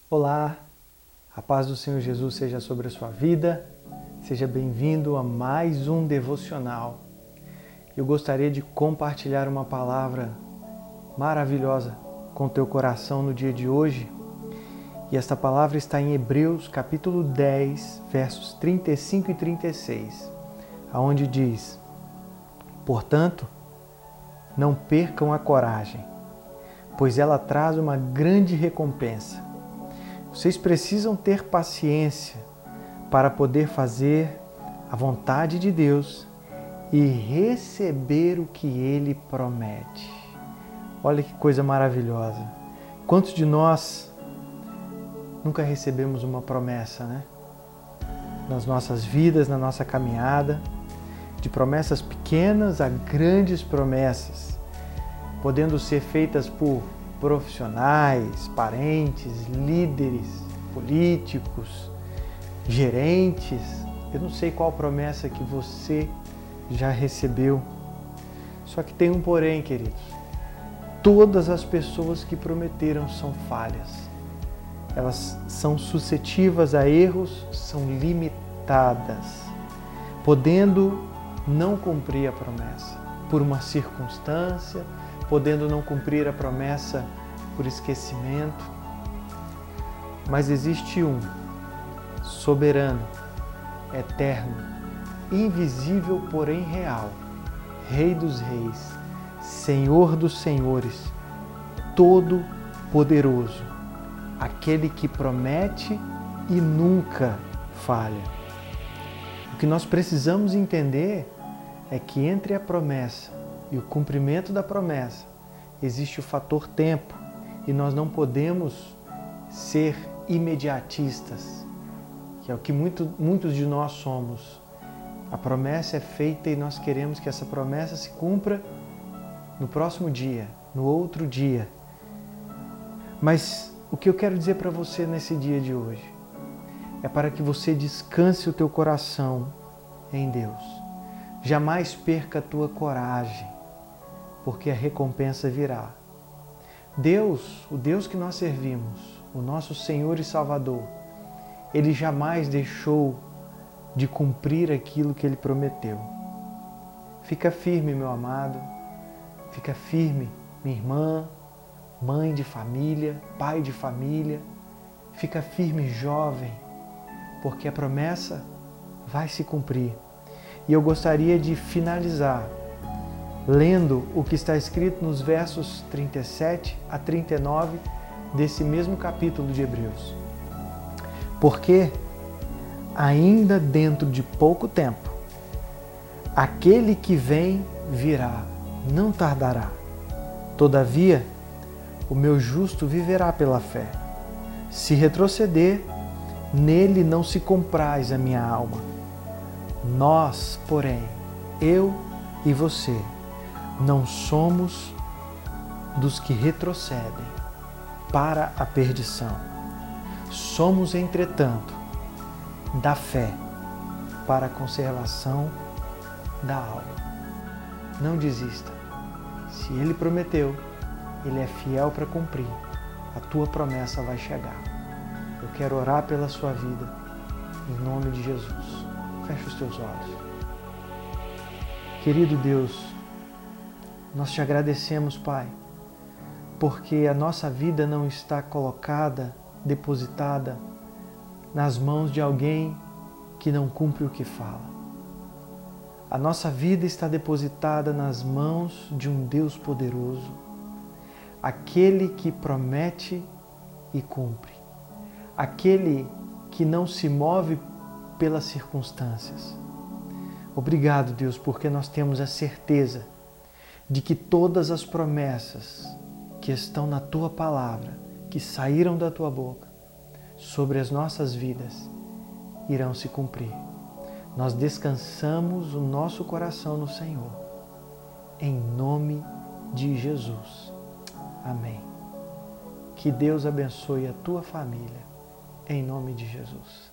Olá, a paz do Senhor Jesus seja sobre a sua vida, seja bem-vindo a mais um devocional. Eu gostaria de compartilhar uma palavra maravilhosa com o teu coração no dia de hoje, e esta palavra está em Hebreus capítulo 10, versos 35 e 36, aonde diz: Portanto, não percam a coragem, pois ela traz uma grande recompensa. Vocês precisam ter paciência para poder fazer a vontade de Deus e receber o que Ele promete. Olha que coisa maravilhosa. Quantos de nós nunca recebemos uma promessa, né? Nas nossas vidas, na nossa caminhada, de promessas pequenas a grandes promessas, podendo ser feitas por profissionais, parentes, líderes, políticos, gerentes. Eu não sei qual promessa que você já recebeu. Só que tem um porém, queridos. Todas as pessoas que prometeram são falhas. Elas são suscetíveis a erros, são limitadas, podendo não cumprir a promessa por uma circunstância, podendo não cumprir a promessa por esquecimento. Mas existe um soberano, eterno, invisível, porém real, Rei dos reis, Senhor dos senhores, todo-poderoso, aquele que promete e nunca falha. O que nós precisamos entender é que entre a promessa e o cumprimento da promessa existe o fator tempo, e nós não podemos ser imediatistas, que é o que muitos de nós somos. A promessa é feita e nós queremos que essa promessa se cumpra no próximo dia, no outro dia. Mas o que eu quero dizer para você nesse dia de hoje é para que você descanse o teu coração em Deus. Jamais perca a tua coragem, porque a recompensa virá. Deus, o Deus que nós servimos, o nosso Senhor e Salvador, Ele jamais deixou de cumprir aquilo que Ele prometeu. Fica firme, meu amado, fica firme, minha irmã, mãe de família, pai de família, fica firme, jovem, porque a promessa vai se cumprir. E eu gostaria de finalizar lendo o que está escrito nos versos 37 a 39 desse mesmo capítulo de Hebreus. Porque ainda dentro de pouco tempo, aquele que vem virá, não tardará. Todavia, o meu justo viverá pela fé. Se retroceder, nele não se compraz a minha alma. Nós, porém, eu e você, não somos dos que retrocedem para a perdição. Somos, entretanto, da fé para a conservação da alma. Não desista. Se Ele prometeu, Ele é fiel para cumprir. A tua promessa vai chegar. Eu quero orar pela sua vida, em nome de Jesus. Feche os teus olhos. Querido Deus, nós te agradecemos, Pai, porque a nossa vida não está colocada, depositada nas mãos de alguém que não cumpre o que fala. A nossa vida está depositada nas mãos de um Deus poderoso, aquele que promete e cumpre, aquele que não se move pelas circunstâncias. Obrigado, Deus, porque nós temos a certeza de que todas as promessas que estão na Tua palavra, que saíram da Tua boca, sobre as nossas vidas, irão se cumprir. Nós descansamos o nosso coração no Senhor, em nome de Jesus. Amém. Que Deus abençoe a tua família, em nome de Jesus.